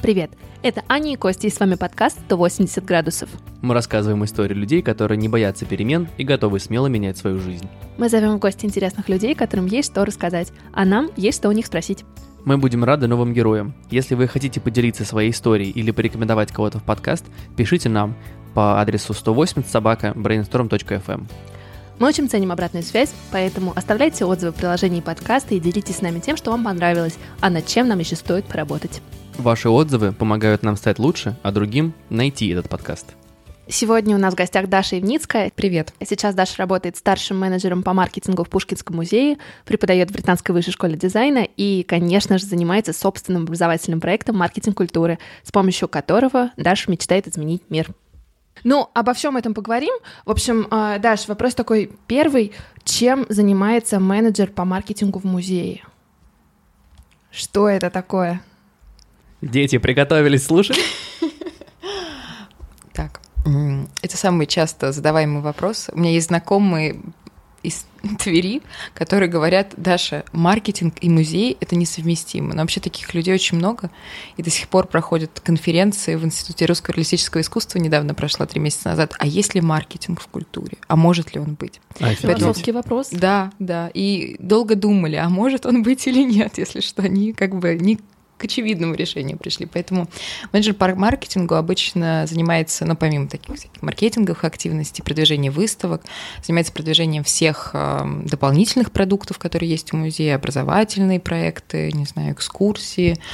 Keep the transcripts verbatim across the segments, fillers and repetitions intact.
Привет! Это Аня и Костя, и с вами подкаст сто восемьдесят градусов. Мы рассказываем истории людей, которые не боятся перемен и готовы смело менять свою жизнь. Мы зовем в гости интересных людей, которым есть что рассказать, а нам есть что у них спросить. Мы будем рады новым героям. Если вы хотите поделиться своей историей или порекомендовать кого-то в подкаст, пишите нам по адресу сто восемьдесят собака брейнсторм точка эф эм. Мы очень ценим обратную связь, поэтому оставляйте отзывы в приложении подкаста и делитесь с нами тем, что вам понравилось, а над чем нам еще стоит поработать. Ваши отзывы помогают нам стать лучше, а другим найти этот подкаст. Сегодня у нас в гостях Даша Ивницкая. Привет. Сейчас Даша работает старшим менеджером по маркетингу в Пушкинском музее, преподает в Британской высшей школе дизайна и, конечно же, занимается собственным образовательным проектом «Маркетинг культуры», с помощью которого Даша мечтает изменить мир. Ну, обо всем этом поговорим. В общем, Даш, вопрос такой первый. Чем занимается менеджер по маркетингу в музее? Что это такое? Дети приготовились слушать? Так, это самый часто задаваемый вопрос. У меня есть знакомые из Твери, которые говорят: Даша, маркетинг и музей — это несовместимо. Но вообще таких людей очень много, и до сих пор проходят конференции в Институте русского реалистического искусства, недавно прошла, три месяца назад. А есть ли маркетинг в культуре? А может ли он быть? Философский вопрос. Да, да. И долго думали, а может он быть или нет, если что. Они как бы не к очевидному решению пришли. Поэтому менеджер по маркетингу обычно занимается, ну, помимо таких всяких маркетинговых активностей, продвижения выставок, занимается продвижением всех э, дополнительных продуктов, которые есть у музея, образовательные проекты, не знаю, экскурсии, э,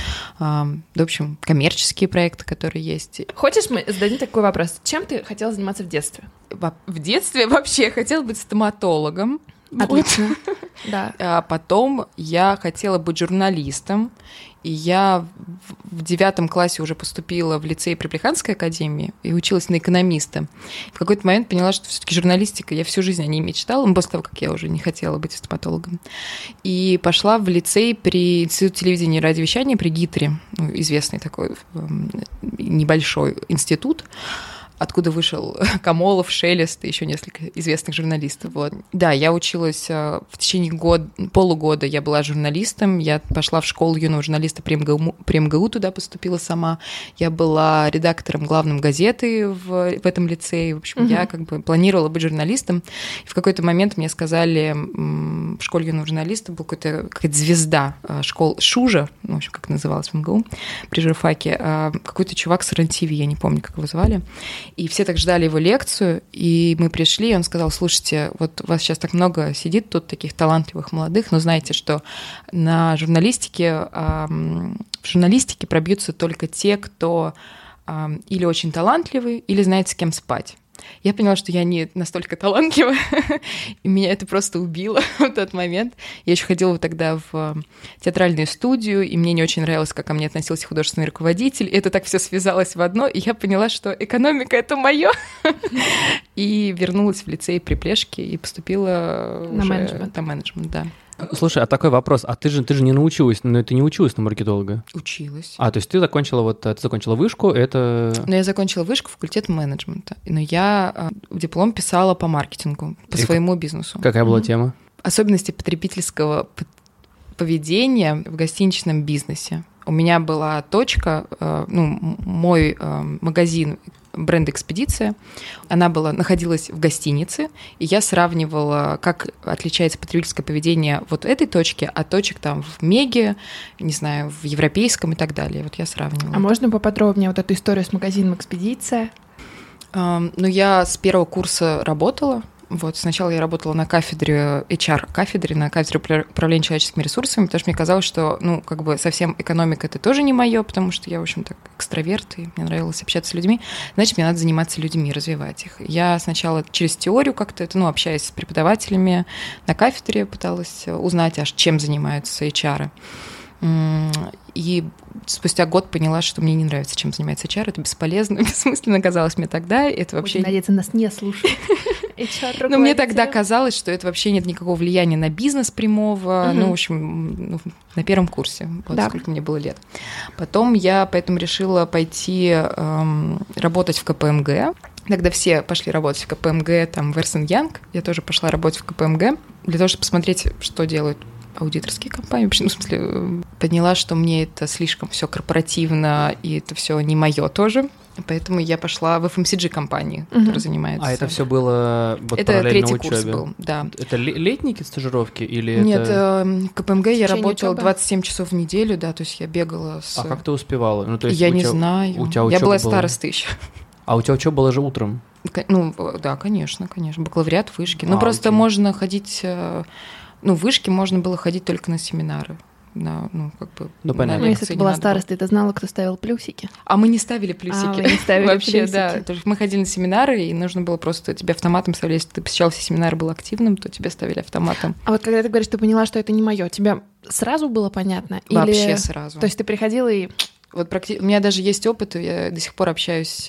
в общем, коммерческие проекты, которые есть. Хочешь, мы зададим такой вопрос? Чем ты хотела заниматься в детстве? В детстве вообще я хотела быть стоматологом. Отлично. Да. А потом я хотела быть журналистом, и я в девятом классе уже поступила в лицей при Плеханской академии и училась на экономиста. В какой-то момент поняла, что все-таки журналистика, я всю жизнь о ней мечтала, ну, после того, как я уже не хотела быть стоматологом. И пошла в лицей при Институте телевидения и радиовещания при ГИТРе, ну, известный такой небольшой институт, откуда вышел Камолов, Шелест и еще несколько известных журналистов. Вот. Да, я училась в течение года, полугода я была журналистом, я пошла в школу юного журналиста при эм гэ у, при эм гэ у туда поступила сама. Я была редактором главным газеты в, в этом лицее. В общем, угу. я как бы планировала быть журналистом. И в какой-то момент мне сказали, в школе юного журналиста был какой-то, какая-то звезда школ Шужа, ну, в общем, как называлась в эм гэ у, при журфаке, какой-то чувак с эр эн ти ви, я не помню, как его звали. И все так ждали его лекцию, и мы пришли, и он сказал: слушайте, вот у вас сейчас так много сидит тут таких талантливых молодых, но знаете, что на журналистике, в журналистике пробьются только те, кто или очень талантливый, или знает, с кем спать. Я поняла, что я не настолько талантлива, и меня это просто убило в тот момент. Я еще ходила тогда в театральную студию, и мне не очень нравилось, как ко мне относился художественный руководитель. И это так все связалось в одно, и я поняла, что экономика — это мое. И вернулась в лицей при Плешке и поступила на менеджмент. На менеджмент, да. Слушай, а такой вопрос, а ты же, ты же не научилась, ну, ты не училась на маркетолога? Училась. А, то есть ты закончила вот, ты закончила вышку, это... Ну, я закончила вышку, факультет менеджмента, но я диплом писала по маркетингу, по И своему бизнесу. Какая была mm-hmm. тема? Особенности потребительского поведения в гостиничном бизнесе. У меня была точка, ну, мой магазин, бренд «Экспедиция», она была, находилась в гостинице, и я сравнивала, как отличается потребительское поведение вот этой точки от точек там в Меге, не знаю, в Европейском и так далее. Вот я сравнивала. А можно поподробнее вот эту историю с магазином «Экспедиция»? Um, ну, я с первого курса работала. Вот, сначала я работала на кафедре, эйч ар-кафедре, на кафедре управления человеческими ресурсами, потому что мне казалось, что, ну, как бы совсем экономика — это тоже не мое, потому что я, в общем-то, экстраверт, и мне нравилось общаться с людьми. Значит, мне надо заниматься людьми, развивать их. Я сначала через теорию как-то, это, ну, общаясь с преподавателями на кафедре, пыталась узнать, аж чем занимаются эйч ар. И спустя год поняла, что мне не нравится, чем занимается эйч ар, это бесполезно, бессмысленно казалось мне тогда. Это вообще... Очень надеяться, нас не слушают. Но мне тогда казалось, что это вообще нет никакого влияния на бизнес прямого, угу. ну, в общем, ну, на первом курсе, вот да. сколько мне было лет. Потом я поэтому решила пойти эм, работать в ка пэ эм гэ. Тогда все пошли работать в ка пэ эм гэ, там, в Эрнст энд Янг, я тоже пошла работать в ка пэ эм гэ, для того, чтобы посмотреть, что делают аудиторские компании. Ну, в смысле, поняла, что мне это слишком все корпоративно, и это все не мое тоже. Поэтому я пошла в эф эм си джи-компании, uh-huh. которая занимается... А это все было вот это параллельно третий учебе? Курс был, да. Это летние стажировки или Нет, это... Нет, ка пэ эм гэ я работала учебы? двадцать семь часов в неделю, да, то есть я бегала с... А как ты успевала? Ну, то есть я у не тебя, знаю. У тебя я была была... старостой еще. А у тебя учеба была же утром? Ну, да, конечно, конечно. Бакалавриат, вышки. Ну, а, просто окей. можно ходить... Ну, в вышки можно было ходить только на семинары. На, ну, как бы, ну, понятно. Ну, если ты была старостой, ты знала, кто ставил плюсики. А мы не ставили плюсики. А, вы не ставили Вообще, плюсики. да. То есть мы ходили на семинары, и нужно было просто тебе автоматом ставили. Если ты посещал все семинары, был активным, то тебе ставили автоматом. А вот когда ты говоришь, ты поняла, что это не мое, тебе сразу было понятно? Вообще Или... сразу. То есть ты приходила и... Вот практи... У меня даже есть опыт, я до сих пор общаюсь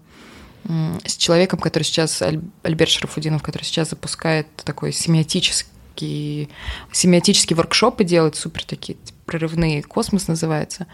с человеком, который сейчас, Альберт Шарафудинов, который сейчас запускает такой семиотический, семиотические воркшопы, делает супер такие прорывные, «Космос» называется.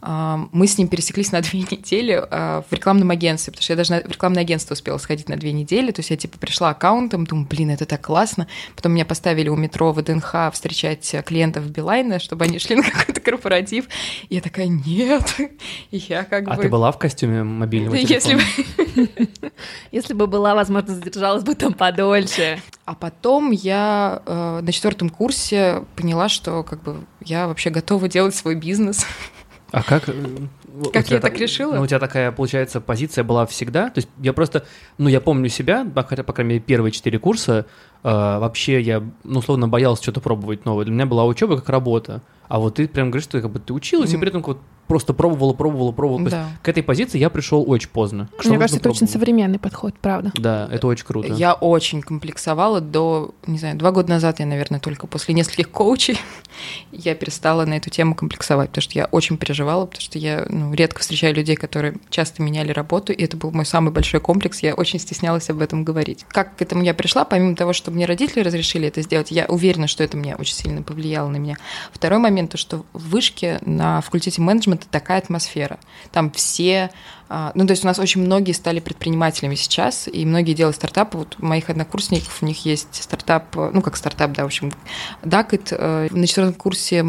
Мы с ним пересеклись на две недели в рекламном агентстве, потому что я даже в рекламное агентство успела сходить на две недели, то есть я типа пришла аккаунтом, думаю, блин, это так классно. Потом меня поставили у метро в ВДНХ встречать клиентов Билайна, чтобы они шли на какой-то корпоратив. И я такая, нет. И я как а бы... ты была в костюме мобильного телефона? Если... Если бы была, возможно, задержалась бы там подольше. А потом я э, на четвертом курсе поняла, что как бы я вообще готова делать свой бизнес. А как? Как я так решила? Ну, у тебя такая, получается, позиция была всегда? То есть я просто, ну, я помню себя, хотя, по крайней мере, первые четыре курса, э, вообще я, ну, условно, боялся что-то пробовать новое. Для меня была учеба как работа. А вот ты прям говоришь, что как бы ты училась, mm. и при этом вот просто пробовала, пробовала, пробовала. Да. К этой позиции я пришел очень поздно. Что Мне кажется, это пробовать? очень современный подход, правда. Да, это очень круто. Я очень комплексовала до, не знаю, два года назад я, наверное, только после нескольких коучей я перестала на эту тему комплексовать, потому что я очень переживала, потому что я ну, редко встречаю людей, которые часто меняли работу, и это был мой самый большой комплекс, я очень стеснялась об этом говорить. Как к этому я пришла, помимо того, что мне родители разрешили это сделать, я уверена, что это мне очень сильно повлияло на меня. Второй момент, то, что в вышке на факультете менеджмента такая атмосфера. Там все... Ну, то есть у нас очень многие стали предпринимателями сейчас, и многие делают стартапы. Вот у моих однокурсников, у них есть стартап, ну, как стартап, да, в общем, Дакет. На четвертом курсе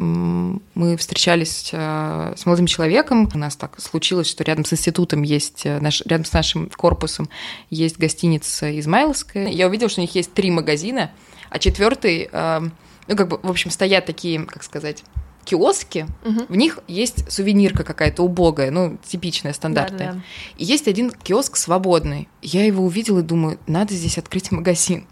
мы встречались с молодым человеком. У нас так случилось, что рядом с институтом есть, наш, рядом с нашим корпусом есть гостиница «Измайловская». Я увидела, что у них есть три магазина, а четвертый, ну, как бы, в общем, стоят такие, как сказать... киоски, угу. В них есть сувенирка какая-то убогая, ну, типичная, стандартная. Да, да. И есть один киоск свободный. Я его увидела и думаю, надо здесь открыть магазин.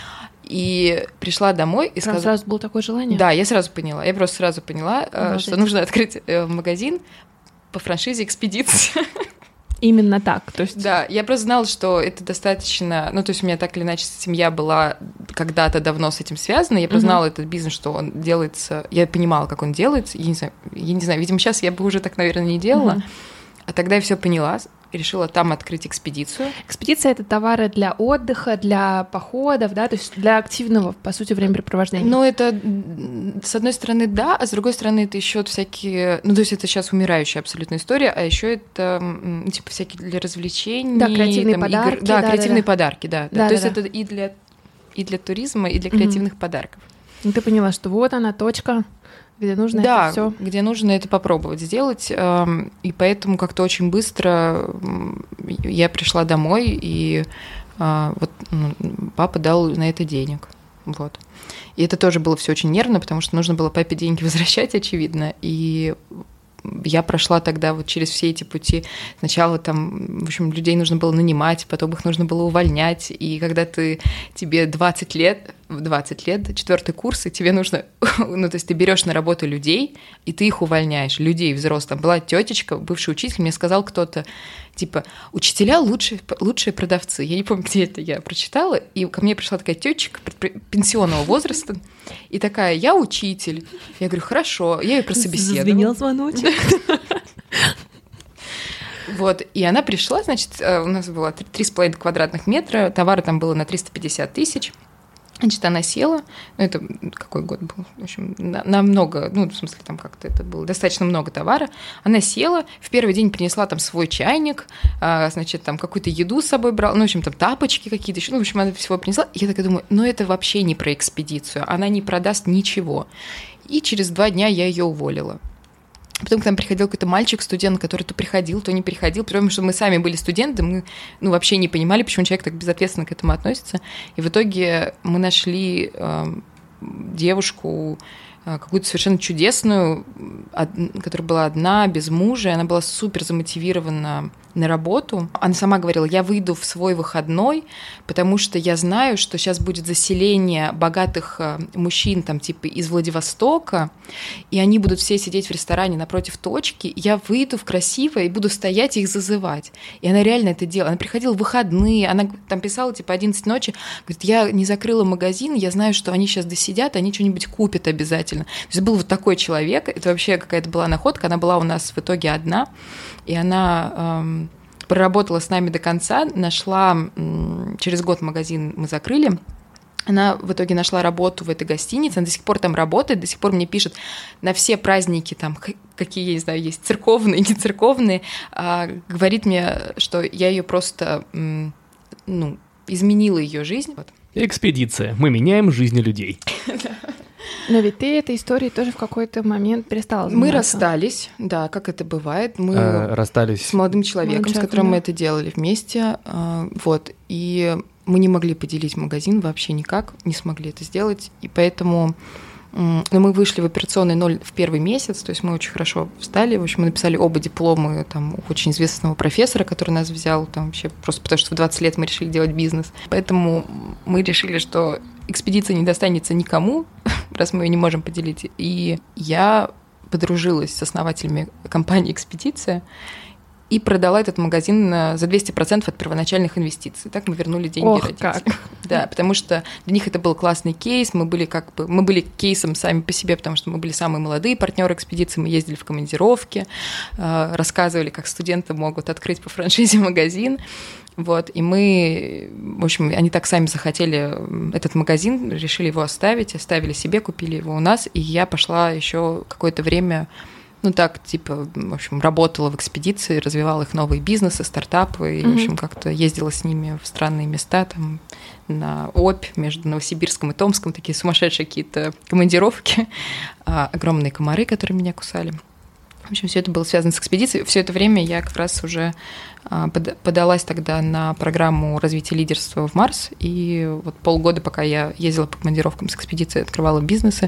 И пришла домой и сказала... Сразу было такое желание? Да, я сразу поняла. Я просто сразу поняла, Обожать. Что нужно открыть магазин по франшизе «Экспедиция». Именно так, то есть... Да, я просто знала, что это достаточно... Ну, то есть у меня так или иначе семья была когда-то давно с этим связана, я просто знала этот бизнес, что он делается... Я понимала, как он делается, я не знаю, я не знаю видимо, сейчас я бы уже так, наверное, не делала, uh-huh. А тогда я все поняла, решила там открыть экспедицию. Экспедиция — это товары для отдыха, для походов, да, то есть для активного, по сути, времяпрепровождения. Ну, это, с одной стороны, да, а с другой стороны, это еще всякие... Ну, то есть это сейчас умирающая абсолютно история, а еще это, ну, типа, всякие для развлечений. Да, креативные там, подарки. Игр... Да, да, креативные да, подарки, да. да, да. То да, есть да. это и для, и для туризма, и для креативных mm-hmm. подарков. И ты поняла, что вот она, точка... где нужно да, это все. где нужно это попробовать сделать. И поэтому как-то очень быстро я пришла домой, и вот папа дал на это денег. Вот. И это тоже было все очень нервно, потому что нужно было папе деньги возвращать, очевидно. И я прошла тогда вот через все эти пути. Сначала там, в общем, людей нужно было нанимать, потом их нужно было увольнять. И когда ты, тебе двадцать лет, в двадцать лет, четвертый курс, и тебе нужно, ну, то есть ты берешь на работу людей, и ты их увольняешь, людей взрослых. Там была тетечка, бывший учитель, мне сказал кто-то, типа, учителя лучшие, лучшие продавцы. Я не помню, где это я прочитала, и ко мне пришла такая тетечка пенсионного возраста, и такая, я учитель. Я говорю, хорошо, я ее прособеседовала. Зазвенел звоночек. Вот, и она пришла, значит, у нас было три с половиной квадратных метра, товара там было на триста пятьдесят тысяч. Значит, она села, ну, это какой год был, в общем, на, на много, ну, в смысле, там как-то это было достаточно много товара. Она села, в первый день принесла там свой чайник, а, значит, там какую-то еду с собой брала, ну, в общем, там тапочки какие-то еще, ну, в общем, она всего принесла. И я такая думаю, ну, это вообще не про экспедицию, она не продаст ничего. И через два дня я ее уволила. Потом к нам приходил какой-то мальчик, студент, который то приходил, то не приходил, потому что мы сами были студенты, мы ну, вообще не понимали, почему человек так безответственно к этому относится. И в итоге мы нашли э, девушку, э, какую-то совершенно чудесную, од, которая была одна, без мужа, и она была супер замотивирована на работу. Она сама говорила, я выйду в свой выходной, потому что я знаю, что сейчас будет заселение богатых мужчин там типа из Владивостока, и они будут все сидеть в ресторане напротив точки, я выйду в красивое и буду стоять и их зазывать. И она реально это делала. Она приходила в выходные, она там писала типа одиннадцать ночи, говорит, я не закрыла магазин, я знаю, что они сейчас досидят, они что-нибудь купят обязательно. То есть был вот такой человек, это вообще какая-то была находка, она была у нас в итоге одна, и она эм, проработала с нами до конца, нашла, эм, через год магазин мы закрыли, она в итоге нашла работу в этой гостинице, она до сих пор там работает, до сих пор мне пишет на все праздники, там, какие, я не знаю, есть церковные, не церковные, а, говорит мне, что я ее просто, эм, ну, изменила ее жизнь. Вот. Экспедиция. Мы меняем жизни людей. Но ведь ты этой историей тоже в какой-то момент перестала заниматься. Мы расстались, да, как это бывает. Мы а, расстались с молодым человеком, Молодым с которым да. мы это делали вместе. Вот. И мы не могли поделить магазин вообще никак, не смогли это сделать. И поэтому ну, мы вышли в операционный ноль в первый месяц, то есть мы очень хорошо встали. В общем, мы написали оба дипломы там, у очень известного профессора, который нас взял там, вообще просто потому, что в двадцать лет мы решили делать бизнес. Поэтому мы решили, что экспедиция не достанется никому, раз мы ее не можем поделить. И я подружилась с основателями компании «Экспедиция» и продала этот магазин за двести процентов от первоначальных инвестиций. Так мы вернули деньги Ох, родителям. как. Да, потому что для них это был классный кейс. Мы были как бы мы были кейсом сами по себе, потому что мы были самые молодые партнеры экспедиции. Мы ездили в командировки, рассказывали, как студенты могут открыть по франшизе магазин. Вот, и мы, в общем, они так сами захотели этот магазин, решили его оставить, оставили себе, купили его у нас, и я пошла еще какое-то время, ну так, типа, в общем, работала в экспедиции, развивала их новые бизнесы, стартапы, и, mm-hmm. в общем, как-то ездила с ними в странные места, там, на Обь, между Новосибирском и Томском, такие сумасшедшие какие-то командировки, огромные комары, которые меня кусали. В общем, все это было связано с экспедицией. Все это время я как раз уже подалась тогда на программу развития лидерства в Марс, и вот полгода, пока я ездила по командировкам с экспедицией, открывала бизнесы,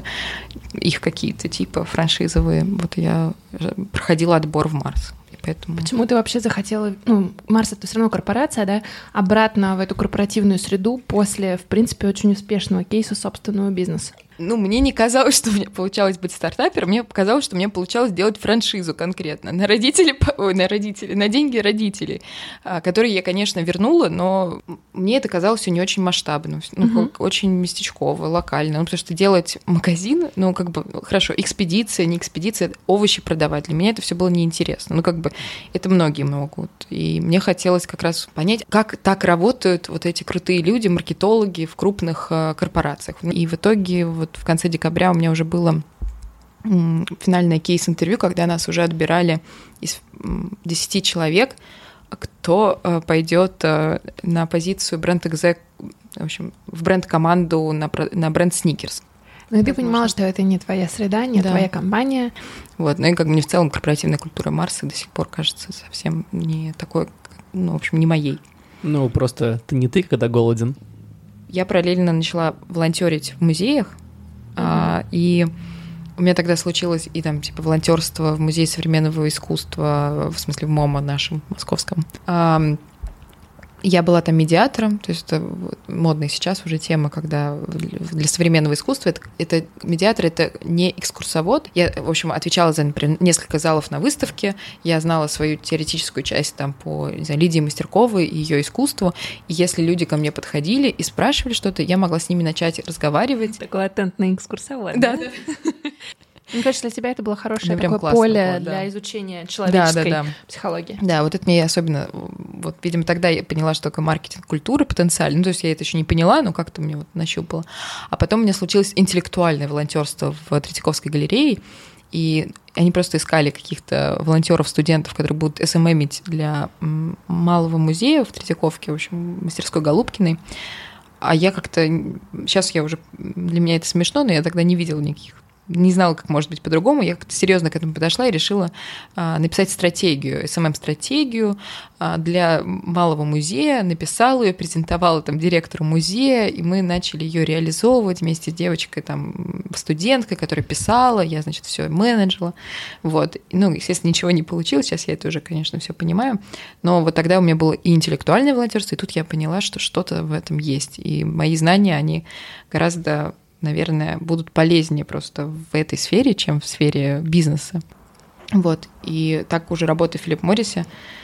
их какие-то типа франшизовые, вот я проходила отбор в Марс. Поэтому... Почему ты вообще захотела, ну, Марс — это все равно корпорация, да, обратно в эту корпоративную среду после, в принципе, очень успешного кейса собственного бизнеса? Ну, мне не казалось, что у меня получалось быть стартапером, мне показалось, что мне получалось делать франшизу конкретно на родителей, ой, на родителей, на деньги родителей, которые я, конечно, вернула, но мне это казалось все не очень масштабно, ну, uh-huh. очень местечково, локально, ну, потому что делать магазин, ну, как бы, хорошо, экспедиция, не экспедиция, овощи продавать, для меня это все было неинтересно, ну, как бы, это многие могут, и мне хотелось как раз понять, как так работают вот эти крутые люди, маркетологи в крупных корпорациях, и в итоге вот в конце декабря у меня уже было финальное кейс-интервью, когда нас уже отбирали из десяти человек, кто пойдет на позицию бренд-экзек, в общем, в бренд-команду на, на бренд Snickers. Ну и ты понимала, что это не твоя среда, не да. твоя компания. Вот, ну и как бы мне в целом корпоративная культура Марса до сих пор кажется совсем не такой, ну, в общем, не моей. Ну, просто ты не ты, когда голоден. Я параллельно начала волонтерить в музеях, mm-hmm. а, и у меня тогда случилось и там типа волонтерство в Музее современного искусства, в смысле в МОМА нашем московском. А, я была там медиатором, то есть это модная сейчас уже тема, когда для современного искусства это, это медиатор, это не экскурсовод. Я, в общем, отвечала за, например, несколько залов на выставке, я знала свою теоретическую часть там по, не знаю, Лидии Мастерковой и ее искусству, и если люди ко мне подходили и спрашивали что-то, я могла с ними начать разговаривать. Такой латентный экскурсовод. Да, да. Мне кажется, для тебя это было хорошее Мне прям такое классно поле было, да. для изучения человеческой Да, да, да. психологии. Да, вот это мне особенно, вот, видимо, тогда я поняла, что такое маркетинг культуры потенциально. Ну, то есть я это еще не поняла, но как-то мне вот нащупало. А потом у меня случилось интеллектуальное волонтерство в Третьяковской галерее, и они просто искали каких-то волонтеров, студентов, которые будут эс эм эм-ить для малого музея в Третьяковке, в общем, мастерской Голубкиной. А я как-то... Сейчас я уже... Для меня это смешно, но я тогда не видела никаких... Не знала, как может быть по-другому. Я как-то серьезно к этому подошла и решила а, написать стратегию, эс эм эм-стратегию а, для малого музея. Написала ее, презентовала там директору музея, и мы начали ее реализовывать вместе с девочкой, там, студенткой, которая писала. Я, значит, все менеджила. Вот. Ну, естественно, ничего не получилось. Сейчас я это уже, конечно, все понимаю. Но вот тогда у меня было и интеллектуальное волонтерство, и тут я поняла, что что-то в этом есть. И мои знания, они гораздо... наверное, будут полезнее просто в этой сфере, чем в сфере бизнеса. Вот. И так уже работая в Филипп Моррисе,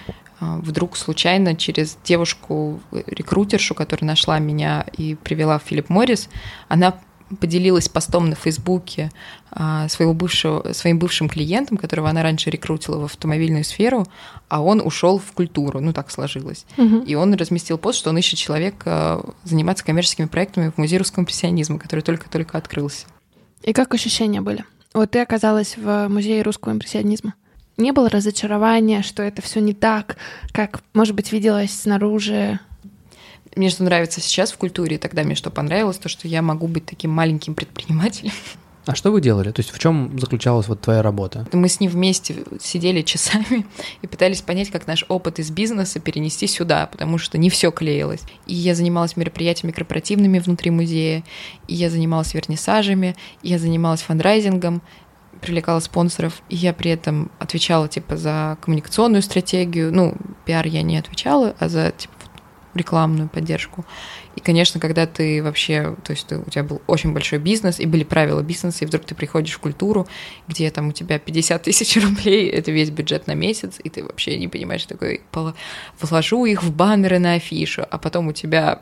вдруг случайно через девушку-рекрутершу, которая нашла меня и привела в Филипп Моррис, она поделилась постом на Фейсбуке своего бывшего, своим бывшим клиентом, которого она раньше рекрутила в автомобильную сферу, а он ушел в культуру, ну так сложилось. Угу. И он разместил пост, что он ищет человека заниматься коммерческими проектами в Музее русского импрессионизма, который только-только открылся. И как ощущения были? Вот ты оказалась в Музее русского импрессионизма. Не было разочарования, что это все не так, как, может быть, виделось снаружи? Мне что нравится сейчас в культуре, тогда мне что понравилось, то, что я могу быть таким маленьким предпринимателем. А что вы делали? То есть в чем заключалась вот твоя работа? Мы с ним вместе сидели часами и пытались понять, как наш опыт из бизнеса перенести сюда, потому что не все клеилось. И я занималась мероприятиями корпоративными внутри музея, и я занималась вернисажами, и я занималась фандрайзингом, привлекала спонсоров, и я при этом отвечала типа за коммуникационную стратегию. Ну, пиар я не отвечала, а за типа рекламную поддержку. И, конечно, когда ты вообще, то есть ты, у тебя был очень большой бизнес, и были правила бизнеса, и вдруг ты приходишь в культуру, где там у тебя пятьдесят тысяч рублей, это весь бюджет на месяц, и ты вообще не понимаешь, такой, вложу их в баннеры на афишу, а потом у тебя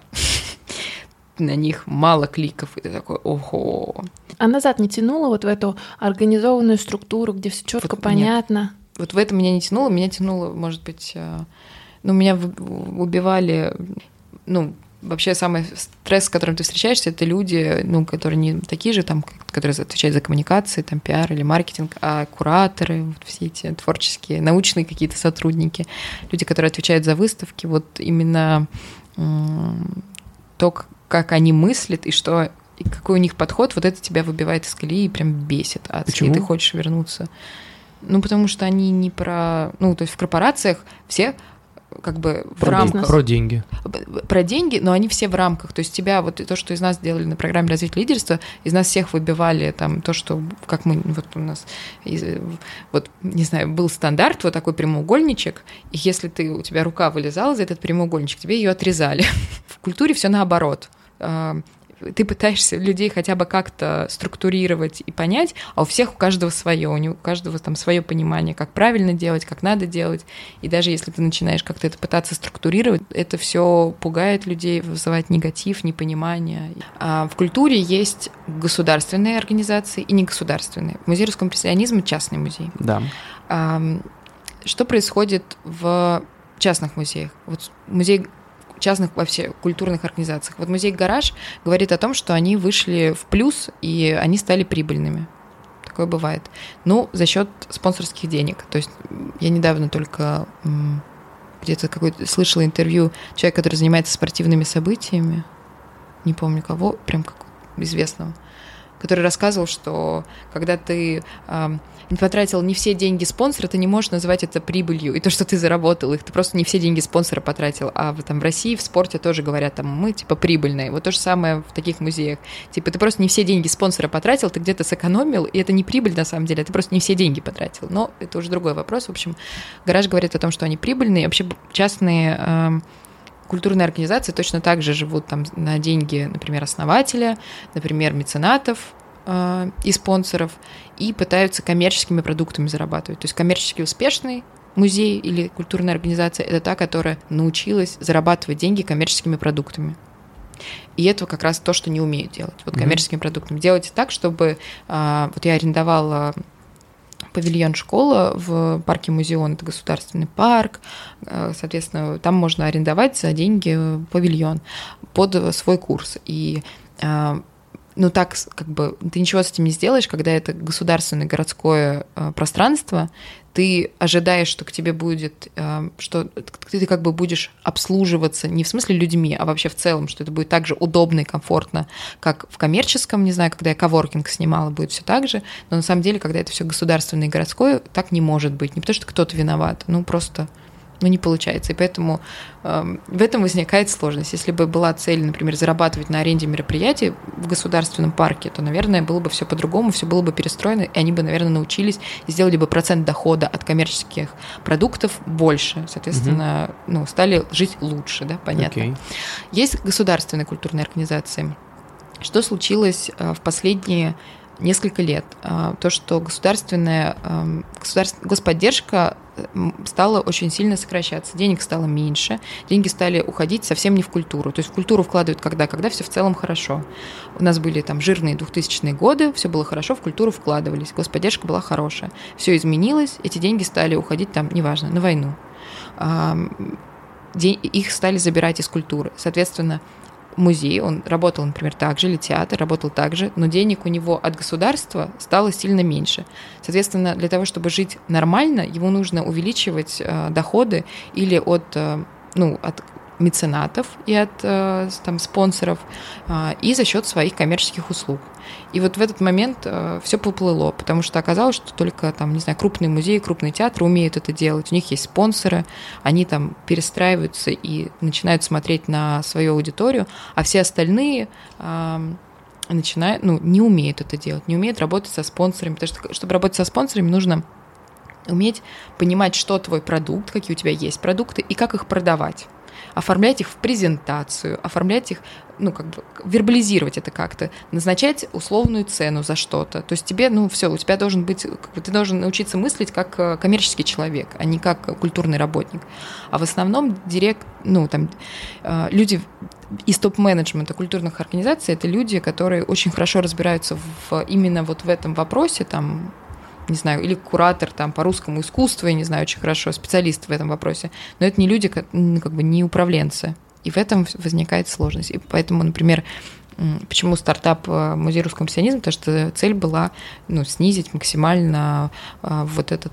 на них мало кликов, и ты такой, ого. А назад не тянуло вот в эту организованную структуру, где все четко вот понятно? Нет. Вот в это меня не тянуло, меня тянуло, может быть... Ну, меня убивали, ну, вообще самый стресс, с которым ты встречаешься, это люди, ну, которые не такие же, там, которые отвечают за коммуникации, там, пиар или маркетинг, а кураторы, вот все эти творческие, научные какие-то сотрудники, люди, которые отвечают за выставки, вот именно то, как они мыслят и что, и какой у них подход, вот это тебя выбивает из колеи и прям бесит адски. Почему? И ты хочешь вернуться. Ну, потому что они не про... Ну, то есть в корпорациях все... как бы в про рамках... Про деньги. Про деньги, но они все в рамках. То есть тебя, вот то, что из нас делали на программе развития лидерства, из нас всех выбивали там то, что, как мы, вот у нас, вот, не знаю, был стандарт, вот такой прямоугольничек, и если ты, у тебя рука вылезала за этот прямоугольничек, тебе ее отрезали. В культуре все наоборот. Ты пытаешься людей хотя бы как-то структурировать и понять, а у всех, у каждого свое, у него, у каждого там свое понимание, как правильно делать, как надо делать. И даже если ты начинаешь как-то это пытаться структурировать, это все пугает людей, вызывает негатив, непонимание. А в культуре есть государственные организации и негосударственные. Музей русского импрессионизма — частный музей. Да. А, что происходит в частных музеях? Вот музей частных вообще культурных организациях. Вот музей «Гараж» говорит о том, что они вышли в плюс, и они стали прибыльными. Такое бывает. Ну, за счет спонсорских денег. То есть я недавно только где-то какое-то слышала интервью человека, который занимается спортивными событиями, не помню кого, прям как известного, который рассказывал, что когда ты э, потратил не все деньги спонсора, ты не можешь называть это прибылью, и то, что ты заработал их, ты просто не все деньги спонсора потратил. А в, там, в России в спорте тоже говорят, там, мы типа прибыльные. Вот то же самое в таких музеях. Типа ты просто не все деньги спонсора потратил, ты где-то сэкономил, и это не прибыль на самом деле, ты просто не все деньги потратил. Но это уже другой вопрос. В общем, «Гараж» говорит о том, что они прибыльные. Вообще частные... Э, культурные организации точно так же живут там на деньги, например, основателя, например, меценатов э, и спонсоров, и пытаются коммерческими продуктами зарабатывать. То есть коммерчески успешный музей или культурная организация — это та, которая научилась зарабатывать деньги коммерческими продуктами. И это как раз то, что не умеют делать. Вот коммерческим mm-hmm. продуктом. Делайте так, чтобы... Вот я арендовала павильон школа в парке Музеон, это государственный парк, соответственно, там можно арендовать за деньги павильон под свой курс. И ну так, как бы, ты ничего с этим не сделаешь, когда это государственное городское пространство, ты ожидаешь, что к тебе будет, что ты как бы будешь обслуживаться не в смысле людьми, а вообще в целом, что это будет так же удобно и комфортно, как в коммерческом, не знаю, когда я коворкинг снимала, будет все так же, но на самом деле, когда это все государственное и городское, так не может быть. Не потому что кто-то виноват, ну просто... ну, не получается. И поэтому э, в этом возникает сложность. Если бы была цель, например, зарабатывать на аренде мероприятий в государственном парке, то, наверное, было бы все по-другому, все было бы перестроено, и они бы, наверное, научились и сделали бы процент дохода от коммерческих продуктов больше. Соответственно, угу. ну, стали жить лучше, да, понятно. Okay. Есть государственные культурные организации. Что случилось э, в последние несколько лет? Э, то, что государственная э, государственная господдержка стало очень сильно сокращаться, денег стало меньше, деньги стали уходить совсем не в культуру. То есть в культуру вкладывают когда? Когда все в целом хорошо. У нас были там жирные двухтысячные годы, все было хорошо, в культуру вкладывались, господдержка была хорошая. Все изменилось, эти деньги стали уходить там, неважно, на войну. Их стали забирать из культуры. Соответственно, музей, он работал, например, так же, или театр работал так же, но денег у него от государства стало сильно меньше. Соответственно, для того, чтобы жить нормально, ему нужно увеличивать э, доходы или от, э, ну, от меценатов и от э, там, спонсоров, э, и за счет своих коммерческих услуг. И вот в этот момент э, все поплыло, потому что оказалось, что только там, не знаю, крупные музеи, крупные театры умеют это делать. У них есть спонсоры, они там перестраиваются и начинают смотреть на свою аудиторию, а все остальные э, начинают, ну, не умеют это делать, не умеют работать со спонсорами, потому что, чтобы работать со спонсорами, нужно уметь понимать, что твой продукт, какие у тебя есть продукты и как их продавать. Оформлять их в презентацию, оформлять их, ну, как бы вербализировать это как-то, назначать условную цену за что-то. То есть тебе, ну, все, у тебя должен быть, как бы, ты должен научиться мыслить как коммерческий человек, а не как культурный работник. А в основном директ, ну, там, люди из топ-менеджмента культурных организаций — это люди, которые очень хорошо разбираются в, именно вот в этом вопросе, там, не знаю, или куратор там по русскому искусству, я не знаю, очень хорошо, специалист в этом вопросе, но это не люди, как, как бы не управленцы, и в этом возникает сложность. И поэтому, например, почему стартап «Музей русского импрессионизма», потому что цель была, ну, снизить максимально вот этот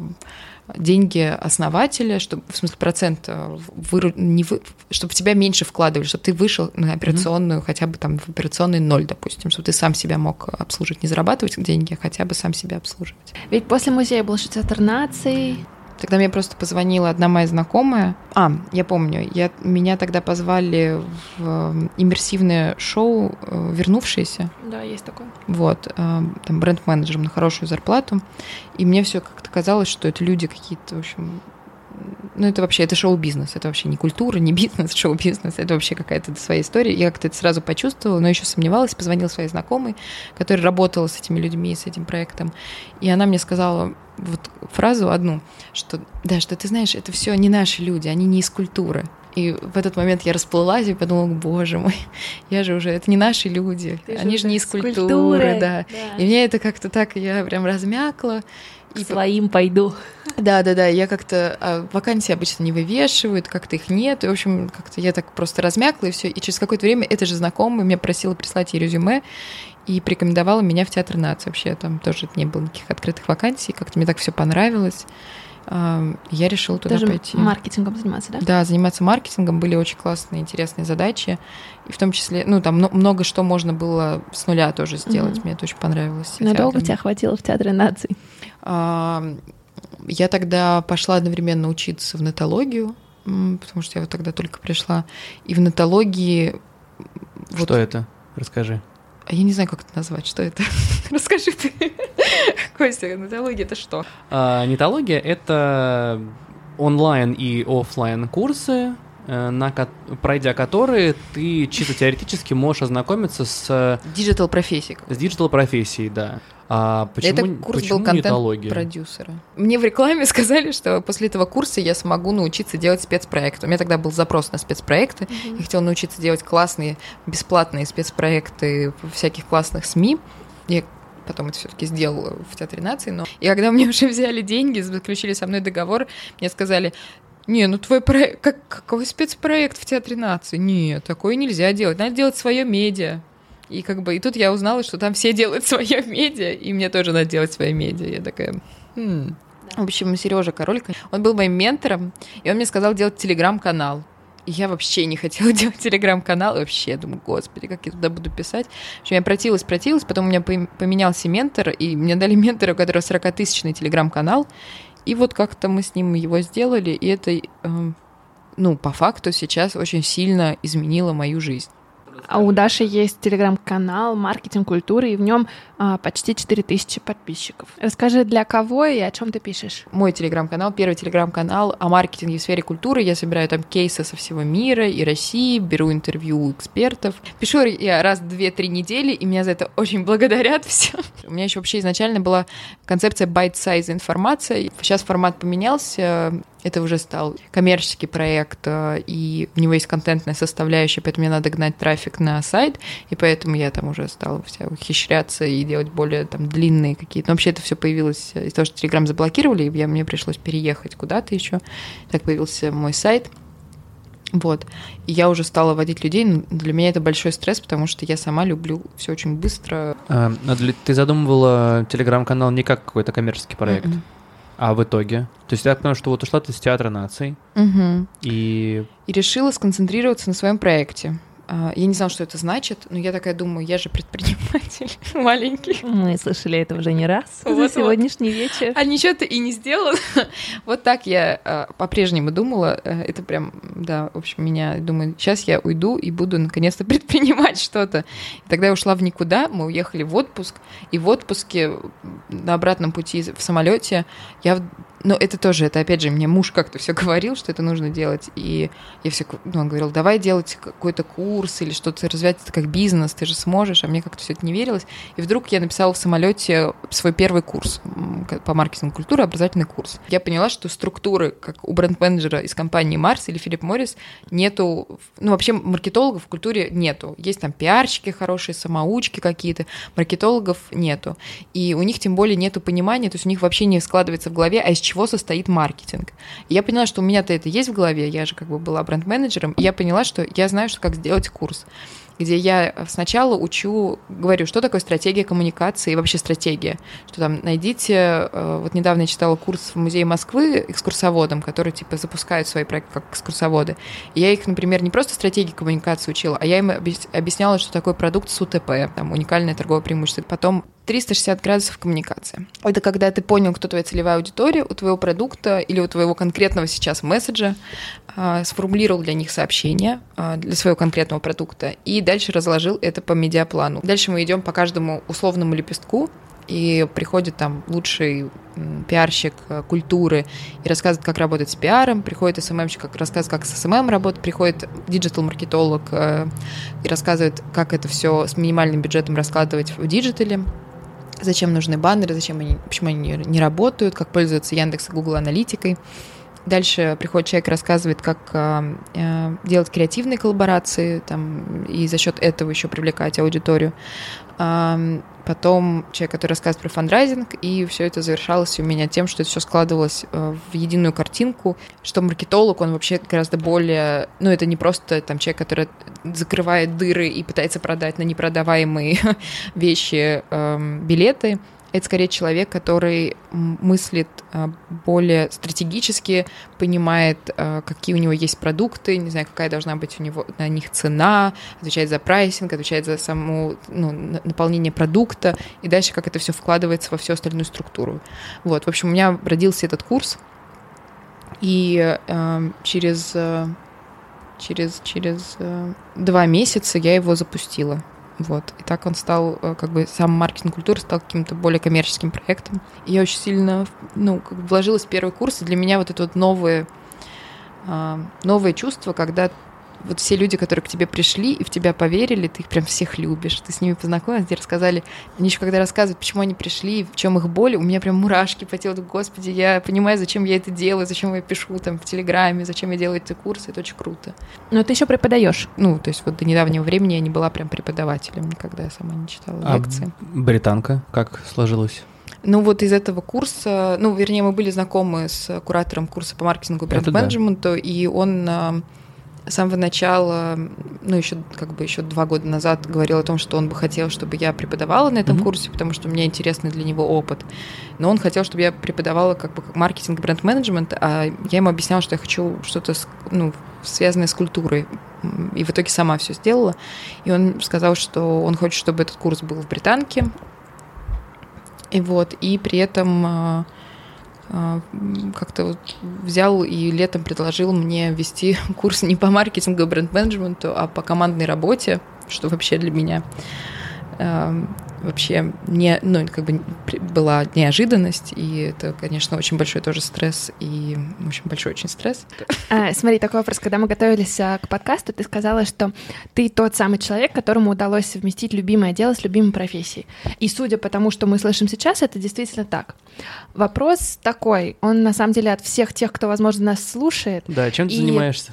деньги основателя, чтобы, в смысле, процент, выру, не вы, чтобы в тебя меньше вкладывали, чтобы ты вышел на операционную, mm-hmm. хотя бы там в операционный ноль, допустим, чтобы ты сам себя мог обслуживать, не зарабатывать деньги, а хотя бы сам себя обслуживать. Ведь после музея был же театр наций. Тогда мне просто позвонила одна моя знакомая. А, я помню, я, меня тогда позвали в иммерсивное шоу «Вернувшиеся». Да, есть такое. Вот, там бренд-менеджером на хорошую зарплату. И мне все как-то казалось, что это люди какие-то, в общем... Ну, это вообще, это шоу-бизнес, это вообще не культура, не бизнес, шоу-бизнес, это вообще какая-то своя история. Я как-то это сразу почувствовала, но еще сомневалась, позвонила своей знакомой, которая работала с этими людьми, с этим проектом, и она мне сказала вот фразу одну, что, да, что ты знаешь, это все не наши люди, они не из культуры. И в этот момент я расплылась и подумала, боже мой, я же уже, это не наши люди, ты они же не из культуры, культуры да. да. И мне это как-то так, я прям размякла. И своим пойду. Да-да-да, я как-то... А вакансии обычно не вывешивают, как-то их нет. И, в общем, как-то я так просто размякла, и все. И через какое-то время эта же знакомая меня просила прислать ей резюме и порекомендовала меня в Театр нации. Вообще там тоже не было никаких открытых вакансий. Как-то мне так все понравилось. Я решила туда Даже пойти. Маркетингом заниматься, да? Да, заниматься маркетингом. Были очень классные, интересные задачи. И в том числе, ну, там много что можно было с нуля тоже сделать. Mm-hmm. Мне это очень понравилось. Надолго тебя хватило в Театре наций? Я тогда пошла одновременно учиться в нетологию, потому что я вот тогда только пришла. И в нетологии... Что вот... это? Расскажи. Я не знаю, как это назвать. Что это? Расскажи ты. Костя, нетология — это что? А, нетология — это онлайн и офлайн курсы, на, пройдя которые ты чисто теоретически можешь ознакомиться с... Диджитал-профессией. С диджитал-профессией, да. А почему, Это курс почему был нетология? контент-продюсера. Мне в рекламе сказали, что после этого курса я смогу научиться делать спецпроекты. У меня тогда был запрос на спецпроекты. Mm-hmm. Я хотела научиться делать классные, бесплатные спецпроекты в всяких классных СМИ. Я потом это все-таки сделала в Театре нации. Но... И когда мне уже взяли деньги, заключили со мной договор, мне сказали... Не, ну твой проект... Как, какой спецпроект в Театре нации? Нет, такое нельзя делать. Надо делать свое медиа. И как бы и тут я узнала, что там все делают свое медиа, и мне тоже надо делать свое медиа. Я такая... Хм. В общем, Сережа Королько, он был моим ментором, и он мне сказал делать телеграм-канал. И я вообще не хотела делать телеграм-канал. И вообще, я думаю, господи, как я туда буду писать. В общем, я противилась, противилась, потом у меня поменялся ментор, и мне дали ментора, у которого сорокатысячный телеграм-канал. И вот как-то мы с ним его сделали, и это, э, ну, по факту сейчас очень сильно изменило мою жизнь. А у Даши есть телеграм-канал «Маркетинг культуры», и в нем а, почти четыре тысячи подписчиков. Расскажи, для кого и о чем ты пишешь? Мой телеграм-канал, первый телеграм-канал о маркетинге в сфере культуры. Я собираю там кейсы со всего мира и России, беру интервью у экспертов. Пишу я раз в две-три недели, и меня за это очень благодарят все. У меня еще вообще изначально была концепция bite-size информация. Сейчас формат поменялся. Это уже стал коммерческий проект, и у него есть контентная составляющая, поэтому мне надо гнать трафик на сайт, и поэтому я там уже стала вся ухищряться и делать более там длинные какие-то. Но вообще это все появилось из-за того, что Telegram заблокировали, и я, мне пришлось переехать куда-то еще. Так появился мой сайт. Вот. И я уже стала водить людей, но для меня это большой стресс, потому что я сама люблю все очень быстро. А, ты задумывала Telegram-канал не как какой-то коммерческий проект? Mm-mm. А в итоге? То есть я понимаю, что вот ушла ты с Театра наций, угу. и... И решила сконцентрироваться на своем проекте. Я не знала, что это значит, но я такая думаю, я же предприниматель маленький. Мы слышали это уже не раз вот, за сегодняшний вот. вечер. А ничего-то и не сделала. Вот так я по-прежнему думала. Это прям, да, в общем, меня, думаю, сейчас я уйду и буду наконец-то предпринимать что-то. И тогда я ушла в никуда, мы уехали в отпуск, и в отпуске на обратном пути в самолете я... Но это тоже, это опять же, мне муж как-то все говорил, что это нужно делать. И я все, ну, он говорил, давай делать какой-то курс или что-то развивать это как бизнес, ты же сможешь. А мне как-то все это не верилось. И вдруг я написала в самолете свой первый курс по маркетингу культуры, образовательный курс. Я поняла, что структуры, как у бренд-менеджера из компании Марс или Филипп Моррис, нету, ну, вообще маркетологов в культуре нету. Есть там пиарщики хорошие, самоучки какие-то, маркетологов нету. И у них тем более нету понимания, то есть у них вообще не складывается в голове, а из чего состоит маркетинг. И я поняла, что у меня-то это есть в голове, я же как бы была бренд-менеджером, и я поняла, что я знаю, что как сделать курс, где я сначала учу, говорю, что такое стратегия коммуникации и вообще стратегия. Что там найдите... Вот недавно я читала курс в Музее Москвы экскурсоводам, которые типа запускают свои проекты как экскурсоводы. И я их, например, не просто стратегии коммуникации учила, а я им объясняла, что такое продукт с УТП, там уникальное торговое преимущество. Потом триста шестьдесят градусов коммуникации. Это когда ты понял, кто твоя целевая аудитория у твоего продукта или у твоего конкретного сейчас месседжа, сформулировал для них сообщение для своего конкретного продукта и дальше разложил это по медиаплану. Дальше мы идем по каждому условному лепестку, и приходит там лучший пиарщик культуры и рассказывает, как работать с пиаром, приходит эс эм эм-щик, как рассказывает, как с эс эм эм работать, приходит диджитал-маркетолог и рассказывает, как это все с минимальным бюджетом раскладывать в диджитале, зачем нужны баннеры, зачем они, почему они не работают, как пользоваться Яндекс и Google аналитикой. Дальше приходит человек и рассказывает, как э, делать креативные коллаборации там, и за счет этого еще привлекать аудиторию. А, потом человек, который рассказывает про фандрайзинг, и все это завершалось у меня тем, что это все складывалось в единую картинку, что маркетолог, он вообще гораздо более... Ну, это не просто там, человек, который закрывает дыры и пытается продать на непродаваемые вещи э, билеты. Это скорее человек, который мыслит более стратегически, понимает, какие у него есть продукты, не знаю, какая должна быть у него на них цена, отвечает за прайсинг, отвечает за само ну, наполнение продукта, и дальше как это все вкладывается во всю остальную структуру. Вот, в общем, у меня родился этот курс, и э, через, э, через, через э, два месяца я его запустила. Вот. И так он стал, как бы, сам маркетинг культуры стал каким-то более коммерческим проектом. И я очень сильно, ну, как бы вложилась в первый курс, и для меня вот это вот новое, новое чувство, когда вот все люди, которые к тебе пришли и в тебя поверили, ты их прям всех любишь. Ты с ними познакомилась, тебе рассказали. Они еще когда рассказывают, почему они пришли, в чем их боль, у меня прям мурашки по телу. Господи, я понимаю, зачем я это делаю, зачем я пишу там в Телеграме, зачем я делаю эти курсы. Это очень круто. Но ты еще преподаешь. Ну, то есть вот до недавнего времени я не была прям преподавателем, никогда я сама не читала а лекции. Британка как сложилось? Ну вот из этого курса, ну, вернее, мы были знакомы с куратором курса по маркетингу и бренд-менеджменту, да. И он с самого начала, ну, еще как бы еще два года назад говорил о том, что он бы хотел, чтобы я преподавала на этом mm-hmm. курсе, потому что у меня интересный для него опыт. Но он хотел, чтобы я преподавала как бы маркетинг и бренд-менеджмент, а я ему объясняла, что я хочу что-то, ну, связанное с культурой. И в итоге сама все сделала. И он сказал, что он хочет, чтобы этот курс был в Британке. И вот, и при этом а, а, как-то вот взял и летом предложил мне вести курс не по маркетингу и бренд-менеджменту, а по командной работе, что вообще для меня а, вообще не, ну, как бы была неожиданность, и это, конечно, очень большой тоже стресс, и очень большой очень стресс. А, смотри, такой вопрос. Когда мы готовились а, к подкасту, ты сказала, что ты тот самый человек, которому удалось совместить любимое дело с любимой профессией. И судя по тому, что мы слышим сейчас, это действительно так. Вопрос такой, он на самом деле от всех тех, кто, возможно, нас слушает. Да, чем ты и... занимаешься?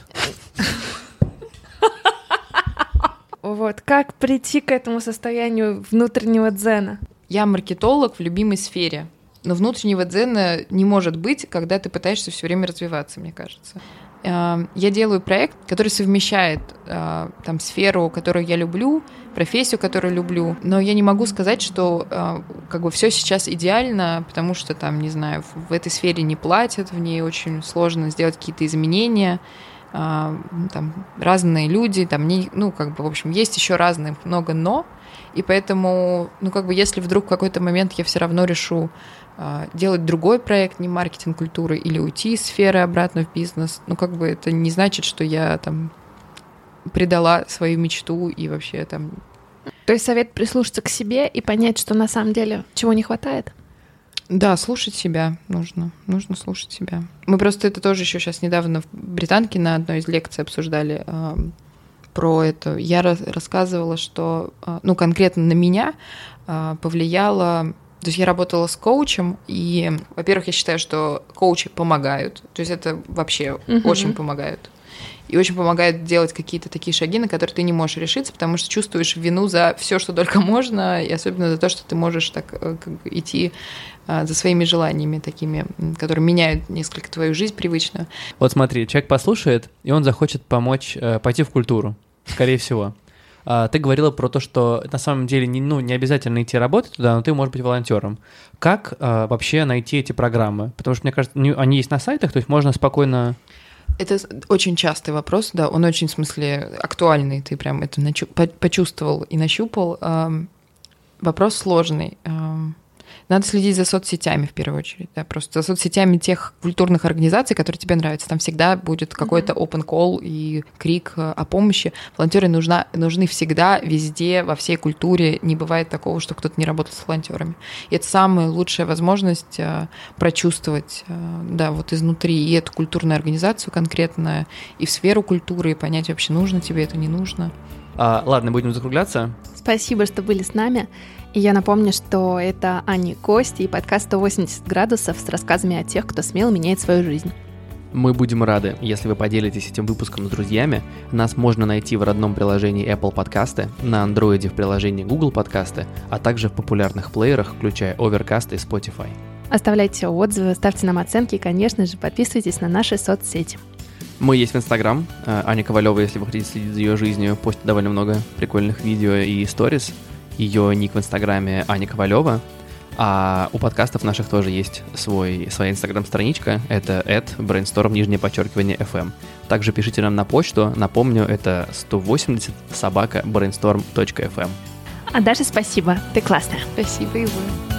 Вот, как прийти к этому состоянию внутреннего дзена? Я маркетолог в любимой сфере, но внутреннего дзена не может быть, когда ты пытаешься все время развиваться, мне кажется. Я делаю проект, который совмещает там сферу, которую я люблю, профессию, которую люблю, но я не могу сказать, что как бы все сейчас идеально, потому что там, не знаю, в этой сфере не платят, в ней очень сложно сделать какие-то изменения. Там разные люди, там не, ну, как бы, в общем, есть еще разные много но, и поэтому, ну, как бы, если вдруг в какой-то момент я все равно решу а, делать другой проект, не маркетинг культуры, или уйти из сферы обратно в бизнес, ну, как бы, это не значит, что я там предала свою мечту и вообще там... То есть совет прислушаться к себе и понять, что на самом деле чего не хватает? Да, слушать себя нужно. Нужно слушать себя. Мы просто это тоже еще сейчас недавно в Британке на одной из лекций обсуждали э, про это. Я раз, рассказывала, что, э, ну, конкретно на меня э, повлияло... То есть я работала с коучем, и, во-первых, я считаю, что коучи помогают. То есть это вообще uh-huh. очень помогает. И очень помогает делать какие-то такие шаги, на которые ты не можешь решиться, потому что чувствуешь вину за все, что только можно, и особенно за то, что ты можешь так как, идти а, за своими желаниями такими, которые меняют несколько твою жизнь привычную. Вот смотри, человек послушает, и он захочет помочь э, пойти в культуру, скорее всего. А, ты говорила про то, что на самом деле не, ну, не обязательно идти работать туда, но ты можешь быть волонтером. Как а, вообще найти эти программы? Потому что, мне кажется, они есть на сайтах, то есть можно спокойно... Это очень частый вопрос, да, он очень, в смысле, актуальный, ты прям это начу- почувствовал и нащупал. Вопрос сложный. Надо следить за соцсетями в первую очередь, да, просто за соцсетями тех культурных организаций, которые тебе нравятся. Там всегда будет какой-то open call и крик о помощи. Волонтеры нужна, нужны всегда, везде, во всей культуре. Не бывает такого, что кто-то не работает с волонтерами. И это самая лучшая возможность прочувствовать, да, вот изнутри и эту культурную организацию конкретно, и в сферу культуры, и понять, вообще нужно тебе это, не нужно. А, ладно, будем закругляться. Спасибо, что были с нами. И я напомню, что это Аня Костя и подкаст сто восемьдесят градусов с рассказами о тех, кто смело меняет свою жизнь. Мы будем рады, если вы поделитесь этим выпуском с друзьями. Нас можно найти в родном приложении Apple Подкасты, на Android в приложении Google Подкасты, а также в популярных плеерах, включая Overcast и Spotify. Оставляйте отзывы, ставьте нам оценки и, конечно же, подписывайтесь на наши соцсети. Мы есть в Инстаграм. Аня Ковалева, если вы хотите следить за ее жизнью, постит довольно много прикольных видео и сториз. Ее ник в Инстаграме Аня Ковалева. А у подкастов наших тоже есть свой, своя Инстаграм-страничка. Это at brainstorm, нижнее подчеркивание, эф эм. Также пишите нам на почту. Напомню, это сто восемьдесят собака brainstorm точка эф эм. А Даша, спасибо. Ты классная. Спасибо и вы.